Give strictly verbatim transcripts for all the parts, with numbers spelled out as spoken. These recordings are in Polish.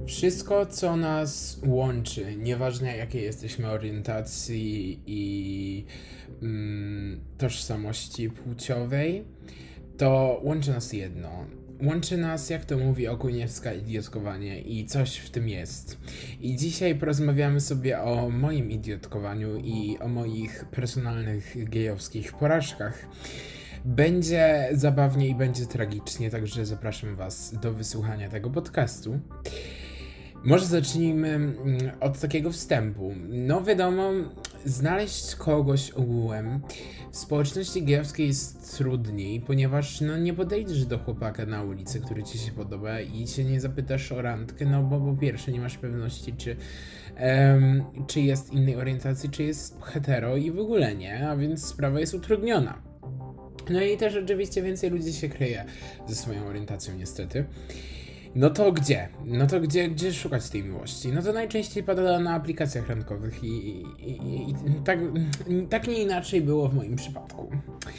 Wszystko, co nas łączy, nieważne jakiej jesteśmy orientacji i mm, tożsamości płciowej, to łączy nas jedno. Łączy nas, jak to mówi Okuniewska, idiotkowanie i coś w tym jest. I dzisiaj porozmawiamy sobie o moim idiotkowaniu i o moich personalnych gejowskich porażkach. Będzie zabawnie i będzie tragicznie, także zapraszam was do wysłuchania tego podcastu. Może zacznijmy od takiego wstępu. No wiadomo, znaleźć kogoś ogółem w społeczności gejowskiej jest trudniej, ponieważ no nie podejdziesz do chłopaka na ulicy, który ci się podoba i się nie zapytasz o randkę, no bo po pierwsze nie masz pewności, czy, um, czy jest innej orientacji, czy jest hetero i w ogóle nie, a więc sprawa jest utrudniona. No i też oczywiście więcej ludzi się kryje ze swoją orientacją niestety. No to gdzie? No to gdzie, gdzie szukać tej miłości? No to najczęściej pada na aplikacjach randkowych i, i, i, i tak, tak nie inaczej było w moim przypadku.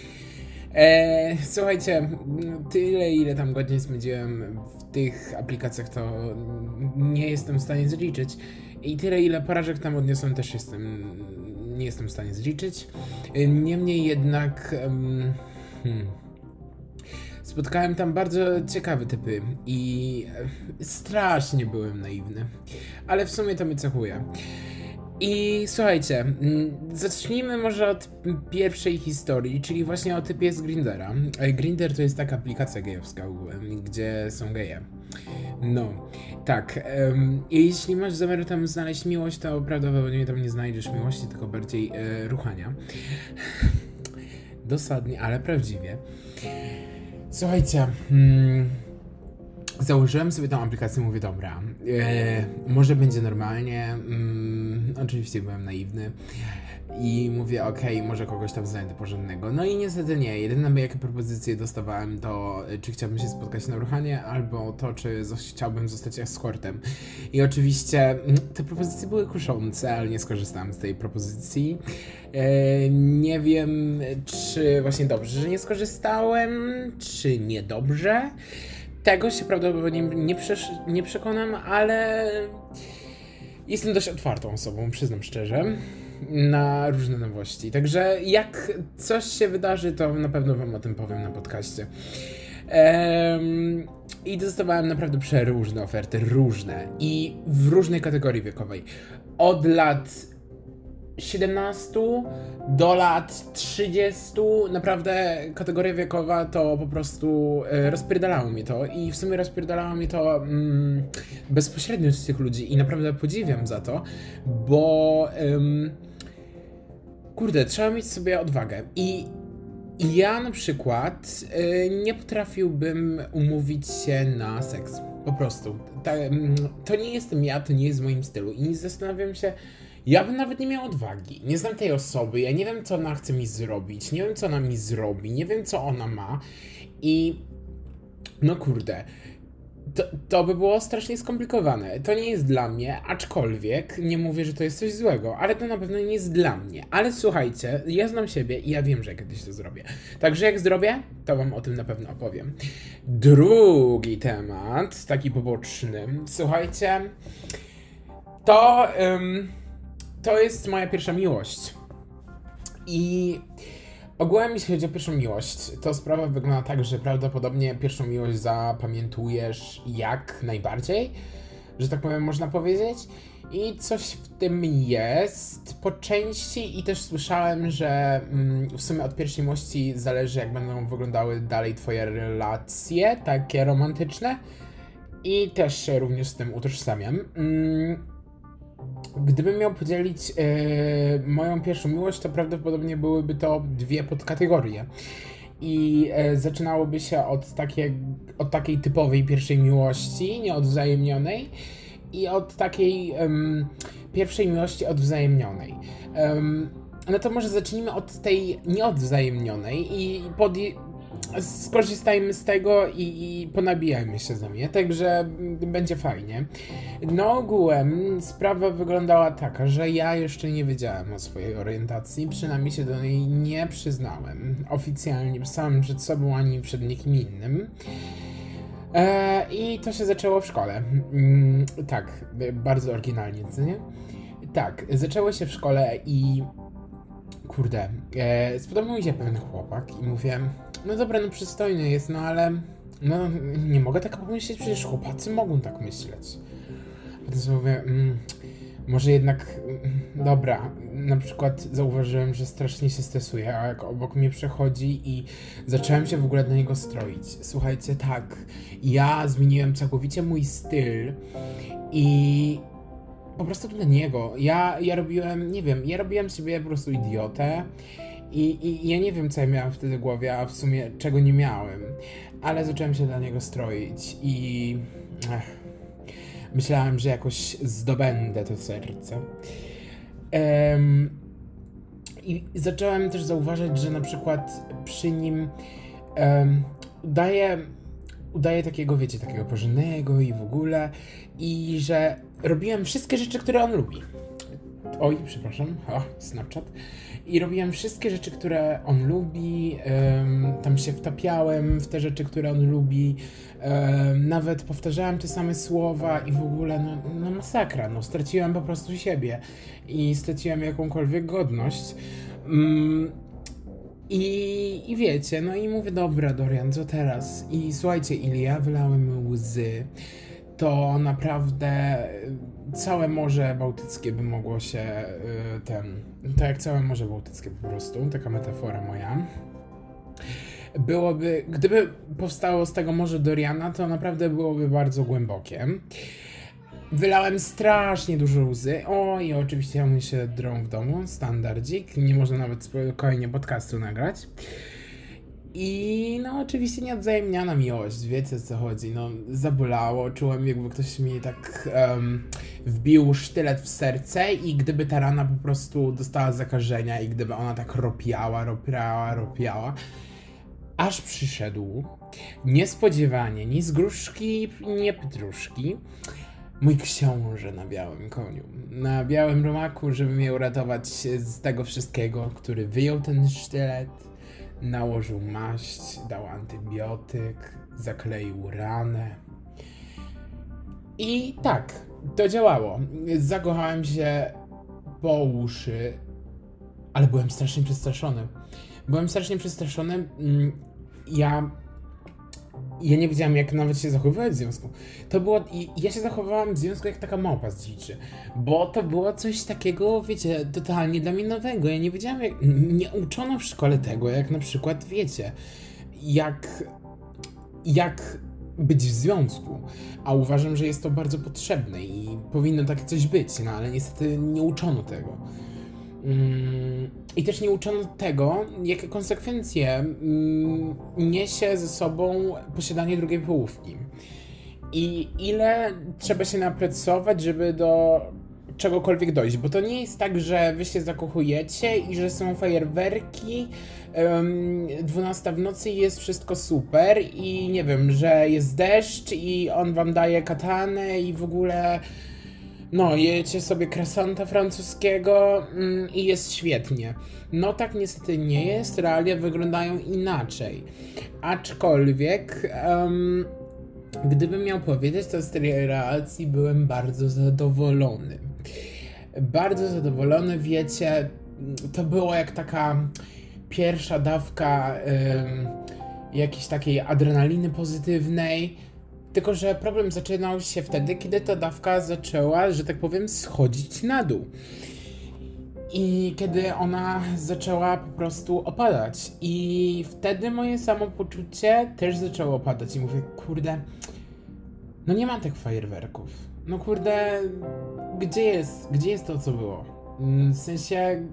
E, słuchajcie, tyle ile tam godzin spędziłem w tych aplikacjach, to nie jestem w stanie zliczyć. I tyle ile porażek tam odniosłem, też jestem, nie jestem w stanie zliczyć. Niemniej jednak... Um, hmm. Spotkałem tam bardzo ciekawe typy i strasznie byłem naiwny, ale w sumie to mnie cechuje. I słuchajcie, zacznijmy może od pierwszej historii, czyli właśnie o typie z Grindera. Grindr to jest taka aplikacja gejowska ogółem, gdzie są geje. No, tak. Um, jeśli masz zamiar tam znaleźć miłość, to prawdopodobnie tam nie znajdziesz miłości, tylko bardziej e, ruchania. Dosadnie, ale prawdziwie. Słuchajcie, hmm, założyłem sobie tą aplikację, mówię, dobra, e, może będzie normalnie, mm, oczywiście byłem naiwny i mówię, okej, okay, może kogoś tam znajdę porządnego, no i niestety nie, jedyne jakie propozycje dostawałem to, czy chciałbym się spotkać na ruchanie, albo to, czy zos- chciałbym zostać escortem. I oczywiście te propozycje były kuszące, ale nie skorzystałem z tej propozycji. E, nie wiem, czy właśnie dobrze, że nie skorzystałem, czy niedobrze. Tego się prawdopodobnie nie, przesz- nie przekonam, ale jestem dość otwartą osobą, przyznam szczerze, na różne nowości. Także jak coś się wydarzy, to na pewno wam o tym powiem na podcaście. Ehm, I dostawałem naprawdę przeróżne oferty, różne i w różnej kategorii wiekowej. Od lat siedemnastu do lat trzydziestu, naprawdę kategoria wiekowa to po prostu e, rozpierdalało mnie to i w sumie rozpierdalało mnie to mm, bezpośrednio z tych ludzi i naprawdę podziwiam za to, bo ym, kurde, trzeba mieć sobie odwagę i I ja na przykład y, nie potrafiłbym umówić się na seks. Po prostu. Ta, to nie jestem ja, to nie jest w moim stylu. I zastanawiam się, ja bym nawet nie miał odwagi. Nie znam tej osoby, ja nie wiem, co ona chce mi zrobić, nie wiem, co ona mi zrobi, nie wiem, co ona ma. I no kurde, to, to by było strasznie skomplikowane. To nie jest dla mnie, aczkolwiek nie mówię, że to jest coś złego, ale to na pewno nie jest dla mnie. Ale słuchajcie, ja znam siebie i ja wiem, że kiedyś to zrobię. Także jak zrobię, to wam o tym na pewno opowiem. Drugi temat, taki poboczny. Słuchajcie, to, ym, to jest moja pierwsza miłość. I ogółem, jeśli chodzi o pierwszą miłość, to sprawa wygląda tak, że prawdopodobnie pierwszą miłość zapamiętujesz jak najbardziej, że tak powiem, można powiedzieć. I coś w tym jest po części i też słyszałem, że mm, w sumie od pierwszej miłości zależy, jak będą wyglądały dalej twoje relacje, takie romantyczne. I też się również z tym utożsamiam. Mm, Gdybym miał podzielić e, moją pierwszą miłość, to prawdopodobnie byłyby to dwie podkategorie. I e, zaczynałoby się od, takie, od takiej typowej pierwszej miłości, nieodwzajemnionej, i od takiej um, pierwszej miłości odwzajemnionej. Um, no to może zacznijmy od tej nieodwzajemnionej i pod, skorzystajmy z tego i, i ponabijajmy się za mnie, także będzie fajnie. No ogółem sprawa wyglądała taka, że ja jeszcze nie wiedziałem o swojej orientacji, przynajmniej się do niej nie przyznałem oficjalnie, sam przed sobą ani przed nikim innym. E, I to się zaczęło w szkole. Mm, tak, bardzo oryginalnie, co nie? Tak, zaczęło się w szkole i kurde, e, spodobał mi się pewien chłopak i mówię, no dobra, no przystojny jest, no ale no nie mogę tak pomyśleć, przecież chłopacy mogą tak myśleć. Potem sobie mówię, mm, może jednak, mm, dobra, na przykład zauważyłem, że strasznie się stresuje, a jak obok mnie przechodzi i zacząłem się w ogóle do niego stroić. Słuchajcie, tak, ja zmieniłem całkowicie mój styl i po prostu dla niego. Ja, ja robiłem, nie wiem, ja robiłem sobie po prostu idiotę i, i ja nie wiem, co ja miałem wtedy w głowie, a w sumie czego nie miałem, ale zacząłem się dla niego stroić i ech, myślałem, że jakoś zdobędę to serce. Um, I zacząłem też zauważać, że na przykład przy nim um, udaje, udaje takiego, wiecie, takiego porządnego i w ogóle i że robiłem wszystkie rzeczy, które on lubi. Oj, przepraszam, o, Snapchat. I robiłem wszystkie rzeczy, które on lubi, um, tam się wtapiałem w te rzeczy, które on lubi, um, nawet powtarzałem te same słowa i w ogóle, no, no masakra, no straciłem po prostu siebie i straciłem jakąkolwiek godność. Um, i, I wiecie, no i mówię, dobra Dorian, co teraz? I słuchajcie, ile ja wylałem łzy, to naprawdę całe Morze Bałtyckie by mogło się y, ten, tak jak całe Morze Bałtyckie po prostu, taka metafora moja, byłoby, gdyby powstało z tego Morze Doriana, to naprawdę byłoby bardzo głębokie. Wylałem strasznie dużo łzy, o i oczywiście oni się drą w domu, standardzik, nie można nawet spokojnie podcastu nagrać. I no oczywiście nieodwzajemniana miłość, wiecie o co chodzi, no zabolało, czułem jakby ktoś mi tak um, wbił sztylet w serce i gdyby ta rana po prostu dostała zakażenia i gdyby ona tak ropiała, ropiała, ropiała, aż przyszedł niespodziewanie, ni z gruszki, nie pietruszki, mój książę na białym koniu, na białym rumaku, żeby mnie uratować z tego wszystkiego, który wyjął ten sztylet, nałożył maść, dał antybiotyk, zakleił ranę. I tak, to działało. Zakochałem się po uszy, ale byłem strasznie przestraszony. Byłem strasznie przestraszony. Ja... Ja nie wiedziałem, jak nawet się zachowywać w związku. To było... Ja się zachowywałem w związku jak taka małpa z dziczy. Bo to było coś takiego, wiecie, totalnie dla mnie nowego. Ja nie wiedziałem, jak... Nie uczono w szkole tego, jak na przykład, wiecie, jak... Jak być w związku. A uważam, że jest to bardzo potrzebne i powinno takie coś być, no ale niestety nie uczono tego. I też nie uczono tego, jakie konsekwencje niesie ze sobą posiadanie drugiej połówki. I ile trzeba się napracować, żeby do czegokolwiek dojść. Bo to nie jest tak, że wy się zakochujecie i że są fajerwerki, um, dwunasta w nocy i jest wszystko super i nie wiem, że jest deszcz i on wam daje katanę i w ogóle... No, jecie sobie croissanta francuskiego mm, i jest świetnie. No tak niestety nie jest, realia wyglądają inaczej. Aczkolwiek, um, gdybym miał powiedzieć, to z tej relacji byłem bardzo zadowolony. Bardzo zadowolony, wiecie, to było jak taka pierwsza dawka um, jakiejś takiej adrenaliny pozytywnej. Tylko że problem zaczynał się wtedy, kiedy ta dawka zaczęła, że tak powiem, schodzić na dół. I kiedy ona zaczęła po prostu opadać. I wtedy moje samopoczucie też zaczęło opadać. I mówię, kurde, no nie mam tych fajerwerków. No kurde, gdzie jest, gdzie jest to, co było? W sensie...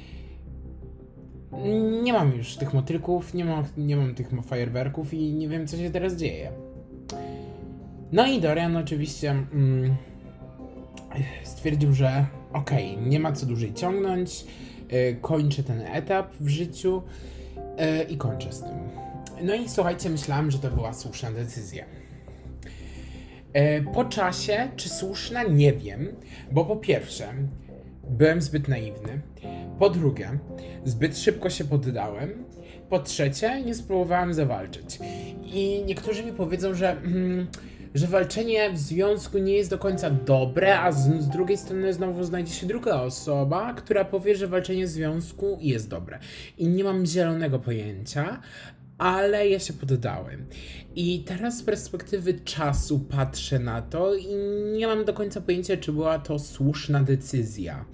Nie mam już tych motylków, nie mam, nie mam tych fajerwerków i nie wiem, co się teraz dzieje. No i Dorian oczywiście mm, stwierdził, że okej, okay, nie ma co dłużej ciągnąć, yy, kończę ten etap w życiu yy, i kończę z tym. No i słuchajcie, myślałem, że to była słuszna decyzja. Yy, po czasie, czy słuszna, nie wiem, bo po pierwsze, byłem zbyt naiwny, po drugie, zbyt szybko się poddałem, po trzecie, nie spróbowałam zawalczyć. I niektórzy mi powiedzą, że, mm, że walczenie w związku nie jest do końca dobre, a z, z drugiej strony znowu znajdzie się druga osoba, która powie, że walczenie w związku jest dobre. I nie mam zielonego pojęcia, ale ja się poddałem. I teraz z perspektywy czasu patrzę na to i nie mam do końca pojęcia, czy była to słuszna decyzja.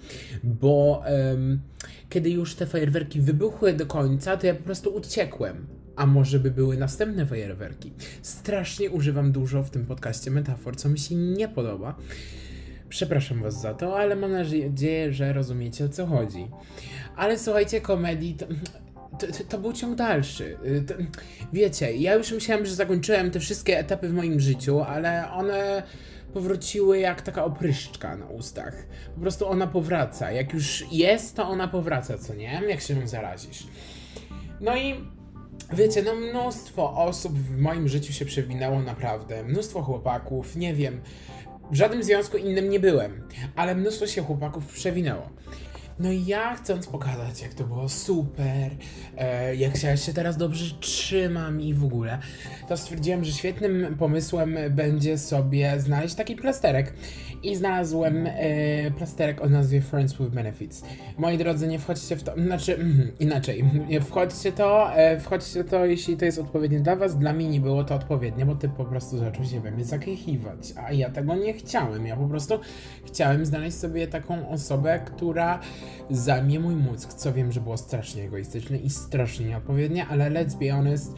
Bo um, kiedy już te fajerwerki wybuchły do końca, to ja po prostu uciekłem. A może by były następne fajerwerki? Strasznie używam dużo w tym podcaście metafor, co mi się nie podoba. Przepraszam was za to, ale mam nadzieję, że rozumiecie, o co chodzi. Ale słuchajcie, komedii to... To, to, to był ciąg dalszy. To, wiecie, ja już myślałem, że zakończyłem te wszystkie etapy w moim życiu, ale one powróciły jak taka opryszczka na ustach. Po prostu ona powraca. Jak już jest, to ona powraca, co nie? Jak się nią zarazisz. No i wiecie, no mnóstwo osób w moim życiu się przewinęło naprawdę. Mnóstwo chłopaków, nie wiem. W żadnym związku innym nie byłem, ale mnóstwo się chłopaków przewinęło. No i ja chcąc pokazać, jak to było super, e, jak ja się teraz dobrze trzymam i w ogóle, to stwierdziłem, że świetnym pomysłem będzie sobie znaleźć taki plasterek. I znalazłem e, plasterek o nazwie Friends with Benefits. Moi drodzy, nie wchodźcie w to, znaczy mm, inaczej, nie wchodźcie to, e, wchodźcie to, jeśli to jest odpowiednie dla was. Dla mnie nie było to odpowiednie, bo ty po prostu zaczął się we mnie zakichiwać, a ja tego nie chciałem. Ja po prostu chciałem znaleźć sobie taką osobę, która zajmie mój mózg, co wiem, że było strasznie egoistyczne i strasznie nieodpowiednie, ale let's be honest,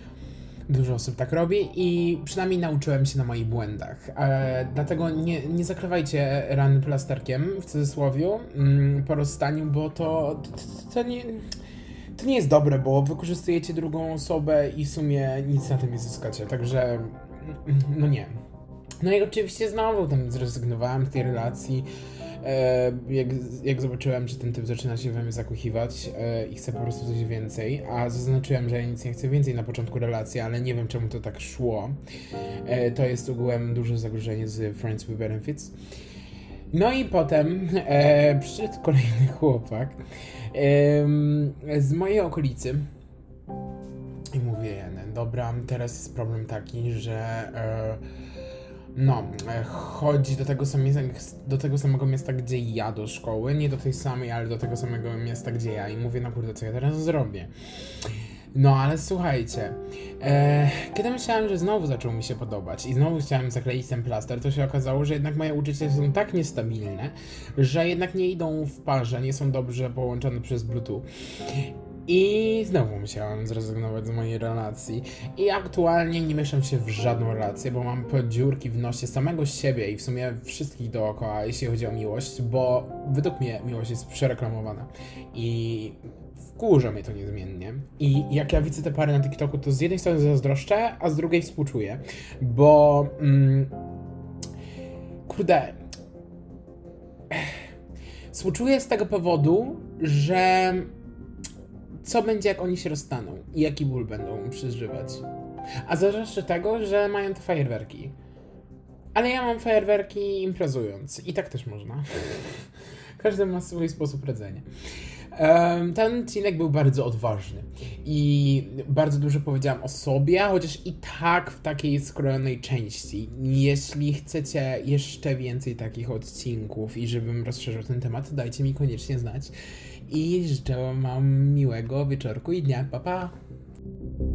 dużo osób tak robi i przynajmniej nauczyłem się na moich błędach. E, dlatego nie, nie zakrywajcie rany plasterkiem, w cudzysłowiu, mm, po rozstaniu, bo to, to, to, nie, to nie jest dobre, bo wykorzystujecie drugą osobę i w sumie nic na tym nie zyskacie, także no nie. No i oczywiście znowu tam zrezygnowałem z tej relacji. E, jak, jak zobaczyłem, że ten typ zaczyna się we mnie zakochiwać e, i chce po prostu coś więcej, a zaznaczyłem, że ja nic nie chcę więcej na początku relacji, ale nie wiem, czemu to tak szło. E, to jest ogółem duże zagrożenie z Friends with Benefits. No i potem e, przyszedł kolejny chłopak e, z mojej okolicy i mówię, dobra, teraz jest problem taki, że e, No, chodzi do tego, samego, do tego samego miasta, gdzie ja do szkoły, nie do tej samej, ale do tego samego miasta, gdzie ja i mówię, no kurde, co ja teraz zrobię? No, ale słuchajcie, e, kiedy myślałem, że znowu zaczął mi się podobać i znowu chciałem zakleić ten plaster, to się okazało, że jednak moje uczucia są tak niestabilne, że jednak nie idą w parze, nie są dobrze połączone przez Bluetooth. I znowu musiałam zrezygnować z mojej relacji i aktualnie nie mieszam się w żadną relację, bo mam dziurki w nosie samego siebie i w sumie wszystkich dookoła, jeśli chodzi o miłość, bo według mnie miłość jest przereklamowana i wkurza mnie to niezmiennie. I jak ja widzę te pary na TikToku, to z jednej strony zazdroszczę, a z drugiej współczuję, bo mm, kurde, współczuję z tego powodu, że co będzie, jak oni się rozstaną i jaki ból będą przeżywać. A zwłaszcza tego, że mają te fajerwerki. Ale ja mam fajerwerki imprezując. I tak też można. Każdy ma swój sposób radzenia. Um, ten odcinek był bardzo odważny i bardzo dużo powiedziałam o sobie, chociaż i tak w takiej skrojonej części. Jeśli chcecie jeszcze więcej takich odcinków i żebym rozszerzył ten temat, dajcie mi koniecznie znać. I życzę wam miłego wieczorku i dnia. Pa, pa!